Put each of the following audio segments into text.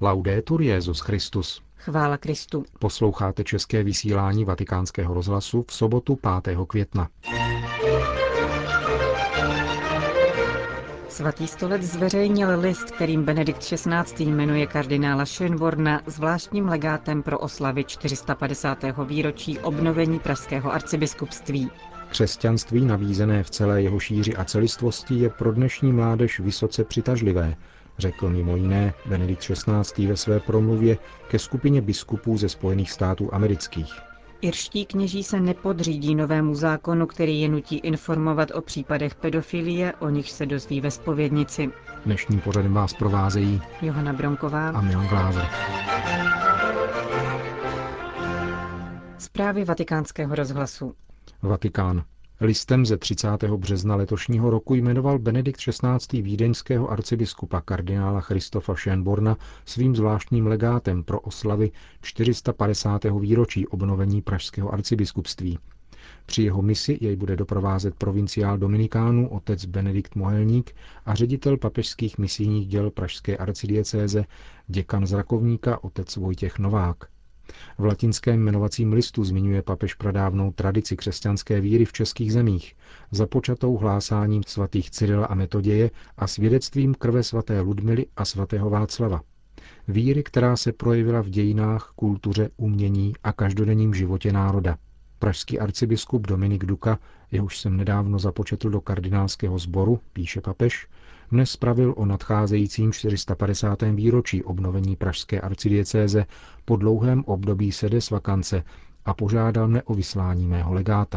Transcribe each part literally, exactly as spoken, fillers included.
Laudetur Jesus Christus. Chvála Kristu. Posloucháte české vysílání Vatikánského rozhlasu v sobotu pátého května. Svatý stolec zveřejnil list, kterým Benedikt šestnáctý jmenuje kardinála Schönborna zvláštním legátem pro oslavy čtyři sta padesátého výročí obnovení pražského arcibiskupství. Křesťanství nabízené v celé jeho šíři a celistvosti je pro dnešní mládež vysoce přitažlivé, řekl mimo jiné Benedikt šestnáctý ve své promluvě ke skupině biskupů ze Spojených států amerických. Irští kněží se nepodřídí novému zákonu, který je nutí informovat o případech pedofilie, o nichž se dozví ve zpovědnici. Dnešním pořadem vás provázejí Johana Bronková a Milan Glázer. Zprávy Vatikánského rozhlasu. Vatikán. Listem ze třicátého března letošního roku jmenoval Benedikt šestnáctý vídeňského arcibiskupa kardinála Christofa Schönborna svým zvláštním legátem pro oslavy čtyři sta padesátého výročí obnovení pražského arcibiskupství. Při jeho misi jej bude doprovázet provinciál Dominikánů otec Benedikt Mohelník a ředitel papežských misijních děl pražské arcidiecéze děkan z Rakovníka otec Vojtěch Novák. V latinském jmenovacím listu zmiňuje papež pradávnou tradici křesťanské víry v českých zemích, započatou hlásáním svatých Cyrila a Metoděje a svědectvím krve svaté Ludmily a svatého Václava. Víry, která se projevila v dějinách, kultuře, umění a každodenním životě národa. Pražský arcibiskup Dominik Duka, jehož jsem nedávno započetl do kardinálského sboru, píše papež, dnes spravil o nadcházejícím čtyři sta padesátém výročí obnovení pražské arcidiecéze po dlouhém období sedes vacance a požádal mne o vyslání mého legáta.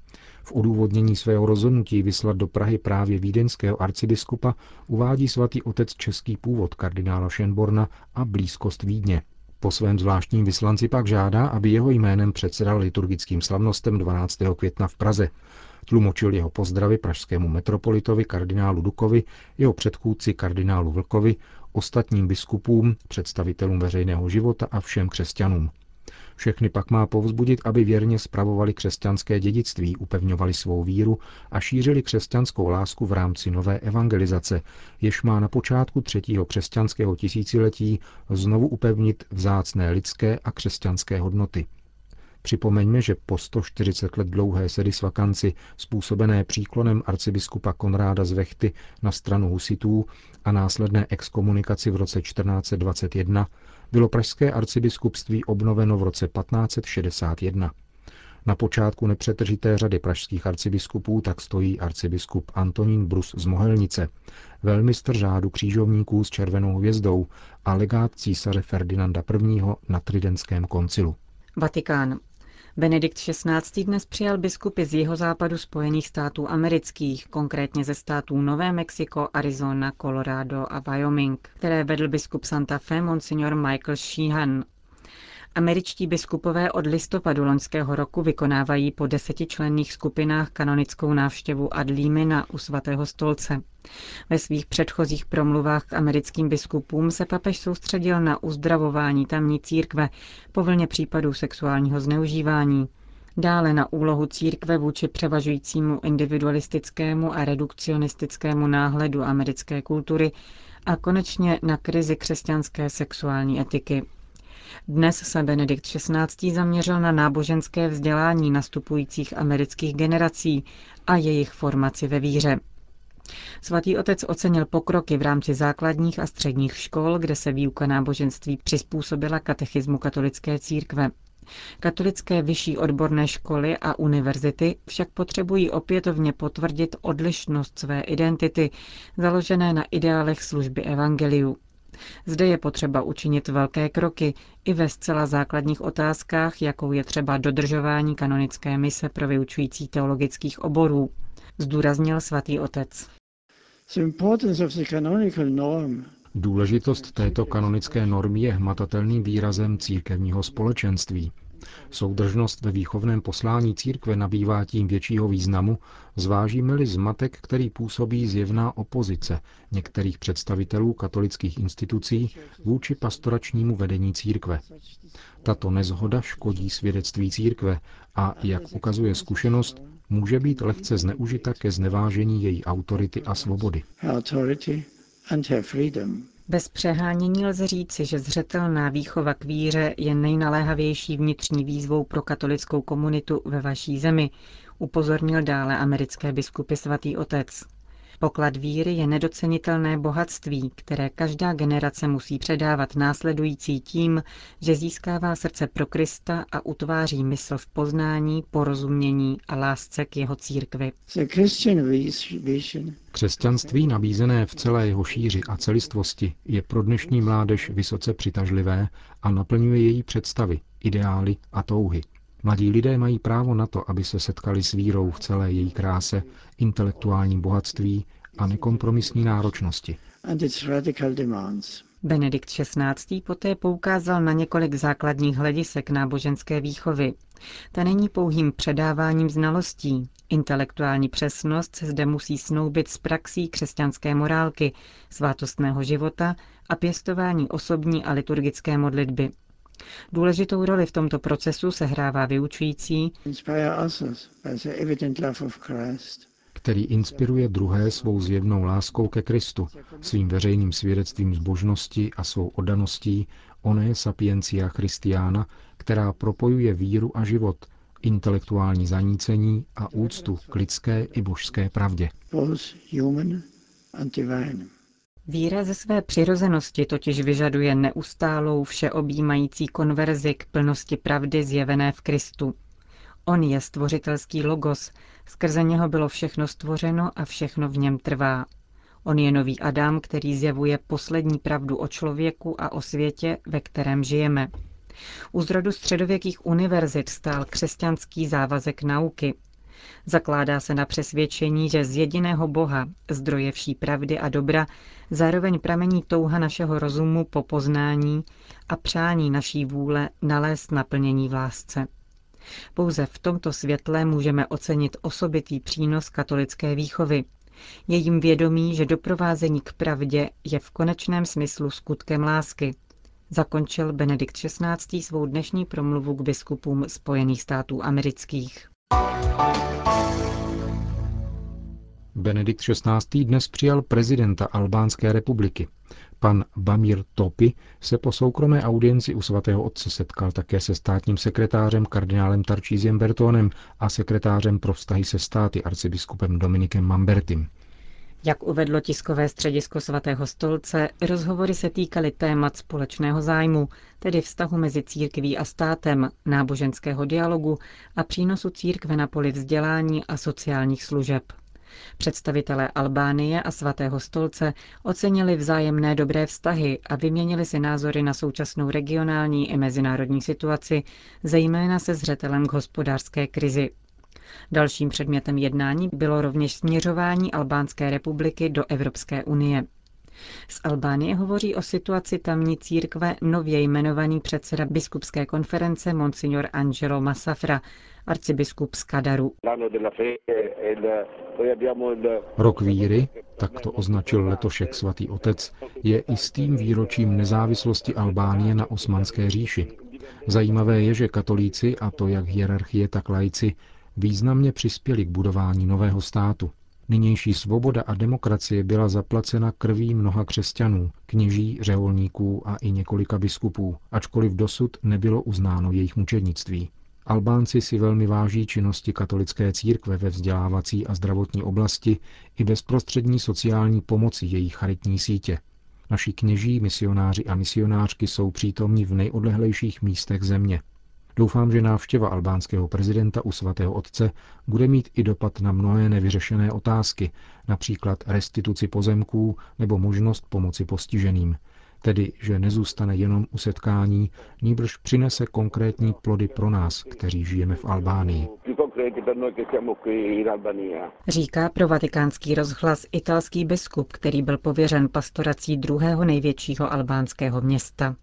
V odůvodnění svého rozhodnutí vyslat do Prahy právě vídeňského arcibiskupa uvádí svatý otec český původ kardinála Schönborna a blízkost Vídně. Po svém zvláštním vyslanci pak žádá, aby jeho jménem předsedal liturgickým slavnostem dvanáctého května v Praze. Tlumočil jeho pozdravy pražskému metropolitovi kardinálu Dukovi, jeho předchůdci kardinálu Vlkovi, ostatním biskupům, představitelům veřejného života a všem křesťanům. Všechny pak má povzbudit, aby věrně spravovali křesťanské dědictví, upevňovali svou víru a šířili křesťanskou lásku v rámci nové evangelizace, jež má na počátku třetího křesťanského tisíciletí znovu upevnit vzácné lidské a křesťanské hodnoty. Připomeňme, že po sto čtyřicet let dlouhé sedis vacanci způsobené příklonem arcibiskupa Konráda z Vechty na stranu husitů a následné exkomunikaci v roce čtrnáct set dvacet jedna bylo pražské arcibiskupství obnoveno v roce patnáct set šedesát jedna. Na počátku nepřetržité řady pražských arcibiskupů tak stojí arcibiskup Antonín Brus z Mohelnice, velmistr řádu křížovníků s červenou hvězdou a legát císaře Ferdinanda prvního. Na Tridentském koncilu. Vatikán. Benedikt šestnáctý dnes přijal biskupy z jihozápadu Spojených států amerických, konkrétně ze států Nové Mexiko, Arizona, Colorado a Wyoming, které vedl biskup Santa Fe monsignor Michael Sheehan. Američtí biskupové od listopadu loňského roku vykonávají po desetičlenných skupinách kanonickou návštěvu ad limina u svatého stolce. Ve svých předchozích promluvách k americkým biskupům se papež soustředil na uzdravování tamní církve po vlně případů sexuálního zneužívání, dále na úlohu církve vůči převažujícímu individualistickému a redukcionistickému náhledu americké kultury a konečně na krizi křesťanské sexuální etiky. Dnes se Benedikt šestnáctý zaměřil na náboženské vzdělání nastupujících amerických generací a jejich formaci ve víře. Svatý otec ocenil pokroky v rámci základních a středních škol, kde se výuka náboženství přizpůsobila katechismu katolické církve. Katolické vyšší odborné školy a univerzity však potřebují opětovně potvrdit odlišnost své identity, založené na ideálech služby evangeliu. Zde je potřeba učinit velké kroky i ve zcela základních otázkách, jakou je třeba dodržování kanonické mise pro vyučující teologických oborů, zdůraznil svatý otec. Důležitost této kanonické normy je hmatatelným výrazem církevního společenství. Soudržnost ve výchovném poslání církve nabývá tím většího významu, zvážíme-li zmatek, který působí zjevná opozice některých představitelů katolických institucí vůči pastoračnímu vedení církve. Tato nezhoda škodí svědectví církve a, jak ukazuje zkušenost, může být lehce zneužita ke znevážení její autority a svobody. Bez přehánění lze říci, že zřetelná výchova k víře je nejnaléhavější vnitřní výzvou pro katolickou komunitu ve vaší zemi, upozornil dále americké biskupy svatý otec. Poklad víry je nedocenitelné bohatství, které každá generace musí předávat následující tím, že získává srdce pro Krista a utváří mysl v poznání, porozumění a lásce k jeho církvi. Křesťanství nabízené v celé jeho šíři a celistvosti je pro dnešní mládež vysoce přitažlivé a naplňuje její představy, ideály a touhy. Mladí lidé mají právo na to, aby se setkali s vírou v celé její kráse, intelektuálním bohatství a nekompromisní náročnosti. Benedikt šestnáctý poté poukázal na několik základních hledisek náboženské výchovy. Ta není pouhým předáváním znalostí. Intelektuální přesnost se zde musí snoubit s praxí křesťanské morálky, svátostného života a pěstování osobní a liturgické modlitby. Důležitou roli v tomto procesu sehrává vyučující, který inspiruje druhé svou zjevnou láskou ke Kristu, svým veřejným svědectvím zbožnosti a svou oddaností oné sapiencia Christiana, která propojuje víru a život, intelektuální zanícení a úctu k lidské i božské pravdě. Víra ze své přirozenosti totiž vyžaduje neustálou všeobjímající konverzi k plnosti pravdy zjevené v Kristu. On je stvořitelský logos, skrze něho bylo všechno stvořeno a všechno v něm trvá. On je nový Adam, který zjevuje poslední pravdu o člověku a o světě, ve kterém žijeme. U zrodu středověkých univerzit stál křesťanský závazek nauky. Zakládá se na přesvědčení, že z jediného Boha, zdroje vší pravdy a dobra, zároveň pramení touha našeho rozumu po poznání a přání naší vůle nalézt naplnění v lásce. Pouze v tomto světle můžeme ocenit osobitý přínos katolické výchovy. Jejím vědomí, že doprovázení k pravdě je v konečném smyslu skutkem lásky. Zakončil Benedikt šestnáctý svou dnešní promluvu k biskupům Spojených států amerických. Benedikt šestnáctý dnes přijal prezidenta Albánské republiky. Pan Bamir Topi se po soukromé audienci u svatého otce setkal také se státním sekretářem kardinálem Tarcísiem Bertonem a sekretářem pro vztahy se státy arcibiskupem Dominikem Mambertim. Jak uvedlo tiskové středisko svatého stolce, rozhovory se týkaly témat společného zájmu, tedy vztahu mezi církví a státem, náboženského dialogu a přínosu církve na poli vzdělání a sociálních služeb. Představitelé Albánie a svatého stolce ocenili vzájemné dobré vztahy a vyměnili si názory na současnou regionální i mezinárodní situaci, zejména se zřetelem k hospodářské krizi. Dalším předmětem jednání bylo rovněž směřování Albánské republiky do Evropské unie. Z Albánie hovoří o situaci tamní církve nově jmenovaný předseda biskupské konference Monsignor Angelo Massafra, arcibiskup z Kadaru. Rok víry, tak to označil letošek svatý otec, je jistým výročím nezávislosti Albánie na Osmanské říši. Zajímavé je, že katolíci, a to jak hierarchie, tak laici, významně přispěli k budování nového státu. Nynější svoboda a demokracie byla zaplacena krví mnoha křesťanů, kněží, řeholníků a i několika biskupů, ačkoliv dosud nebylo uznáno jejich mučednictví. Albánci si velmi váží činnosti katolické církve ve vzdělávací a zdravotní oblasti i bezprostřední sociální pomoci jejich charitní sítě. Naši kněží, misionáři a misionářky jsou přítomní v nejodlehlejších místech země. Doufám, že návštěva albánského prezidenta u svatého otce bude mít i dopad na mnohé nevyřešené otázky, například restituci pozemků nebo možnost pomoci postiženým. Tedy, že nezůstane jenom u setkání, nýbrž přinese konkrétní plody pro nás, kteří žijeme v Albánii. Říká pro Vatikánský rozhlas italský biskup, který byl pověřen pastorací druhého největšího albánského města.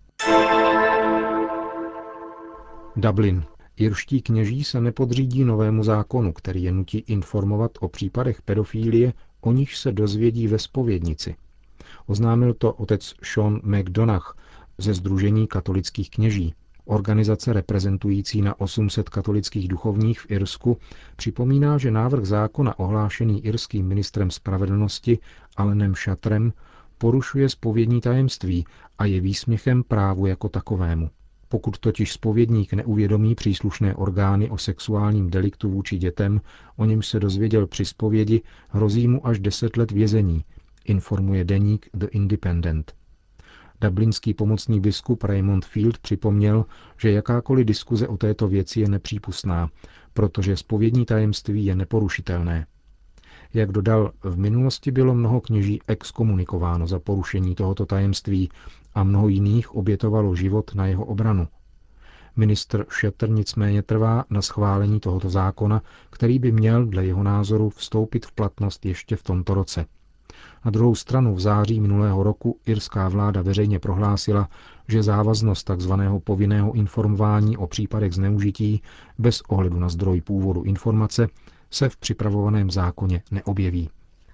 Dublin. Irští kněží se nepodřídí novému zákonu, který je nutí informovat o případech pedofílie, o nichž se dozvědí ve zpovědnici. Oznámil to otec Sean McDonagh ze Sdružení katolických kněží. Organizace reprezentující na osm set katolických duchovních v Irsku připomíná, že návrh zákona ohlášený irským ministrem spravedlnosti Alanem Shatrem porušuje zpovědní tajemství a je výsměchem právu jako takovému. Pokud totiž zpovědník neuvědomí příslušné orgány o sexuálním deliktu vůči dětem, o němž se dozvěděl při zpovědi, hrozí mu až deset let vězení, informuje deník The Independent. Dublinský pomocný biskup Raymond Field připomněl, že jakákoliv diskuze o této věci je nepřípustná, protože zpovědní tajemství je neporušitelné. Jak dodal, v minulosti bylo mnoho kněží exkomunikováno za porušení tohoto tajemství a mnoho jiných obětovalo život na jeho obranu. Ministr Shatter nicméně trvá na schválení tohoto zákona, který by měl dle jeho názoru vstoupit v platnost ještě v tomto roce. Na druhou stranu v září minulého roku irská vláda veřejně prohlásila, že závaznost tzv. Povinného informování o případech zneužití bez ohledu na zdroj původu informace se v připravovaném zákoně neobjeví.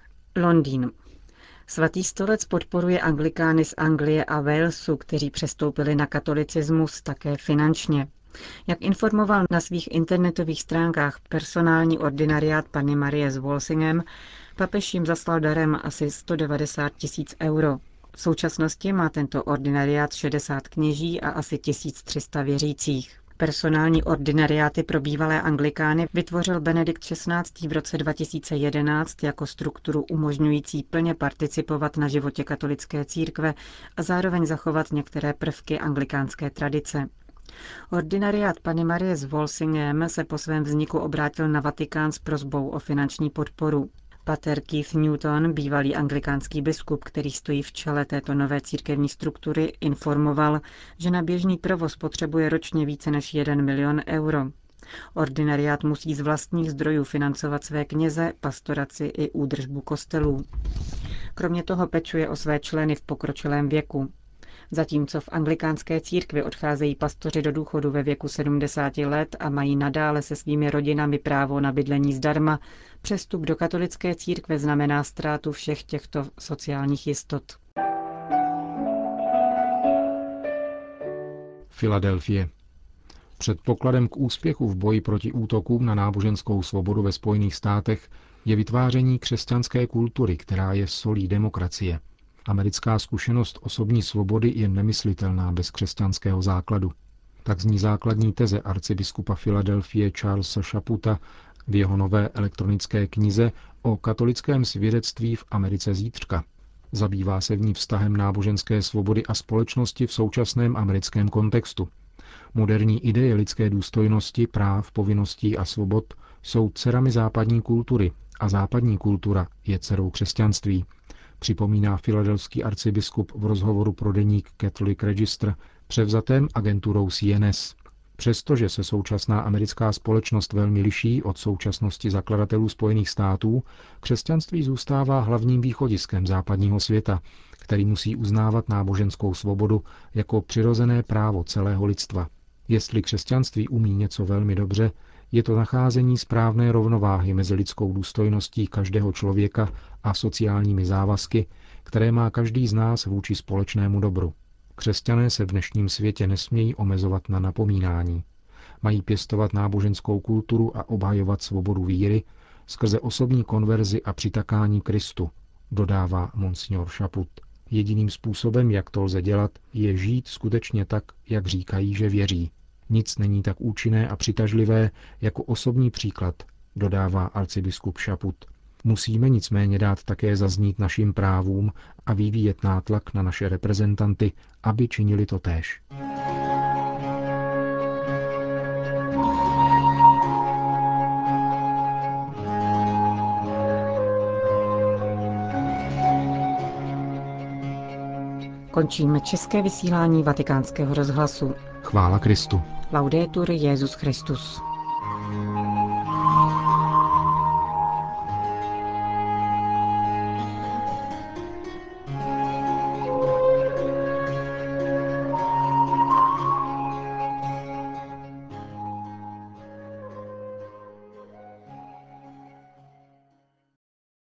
Londýn. Svatý stolec podporuje anglikány z Anglie a Walesu, kteří přestoupili na katolicismus také finančně. Jak informoval na svých internetových stránkách personální ordinariát Panny Marie z Walsingham, papež jim zaslal darem asi sto devadesát tisíc euro. V současnosti má tento ordinariát šedesát kněží a asi tisíc tři sta věřících. Personální ordinariáty pro bývalé anglikány vytvořil Benedikt šestnáctý. v roce dva tisíce jedenáct jako strukturu umožňující plně participovat na životě katolické církve a zároveň zachovat některé prvky anglikánské tradice. Ordinariát Panny Marie z Walsingham se po svém vzniku obrátil na Vatikán s prosbou o finanční podporu. Pater Keith Newton, bývalý anglikánský biskup, který stojí v čele této nové církevní struktury, informoval, že na běžný provoz potřebuje ročně více než jeden milion euro. Ordinariát musí z vlastních zdrojů financovat své kněze, pastoraci i údržbu kostelů. Kromě toho pečuje o své členy v pokročilém věku. Zatímco v anglikánské církvi odcházejí pastoři do důchodu ve věku sedmdesáti let a mají nadále se svými rodinami právo na bydlení zdarma, přestup do katolické církve znamená ztrátu všech těchto sociálních jistot. Filadelfie. Předpokladem k úspěchu v boji proti útokům na náboženskou svobodu ve Spojených státech je vytváření křesťanské kultury, která je solí demokracie. Americká zkušenost osobní svobody je nemyslitelná bez křesťanského základu. Tak zní základní teze arcibiskupa Filadelfie Charlesa Chaputa v jeho nové elektronické knize o katolickém svědectví v Americe zítřka. Zabývá se v ní vztahem náboženské svobody a společnosti v současném americkém kontextu. Moderní ideje lidské důstojnosti, práv, povinností a svobod jsou dcerami západní kultury a západní kultura je dcerou křesťanství, připomíná filadelfský arcibiskup v rozhovoru pro deník Catholic Register převzatém agenturou C N S. Přestože se současná americká společnost velmi liší od současnosti zakladatelů Spojených států, křesťanství zůstává hlavním východiskem západního světa, který musí uznávat náboženskou svobodu jako přirozené právo celého lidstva. Jestli křesťanství umí něco velmi dobře, je to nacházení správné rovnováhy mezi lidskou důstojností každého člověka a sociálními závazky, které má každý z nás vůči společnému dobru. Křesťané se v dnešním světě nesmějí omezovat na napomínání. Mají pěstovat náboženskou kulturu a obhajovat svobodu víry skrze osobní konverzi a přitakání Kristu, dodává monsignor Chaput. Jediným způsobem, jak to lze dělat, je žít skutečně tak, jak říkají, že věří. Nic není tak účinné a přitažlivé jako osobní příklad, dodává arcibiskup Chaput. Musíme nicméně dát také zaznít našim právům a vyvíjet nátlak na naše reprezentanty, aby činili totéž. Končíme české vysílání Vatikánského rozhlasu. Chvála Kristu. Laudetur Jesus Christus.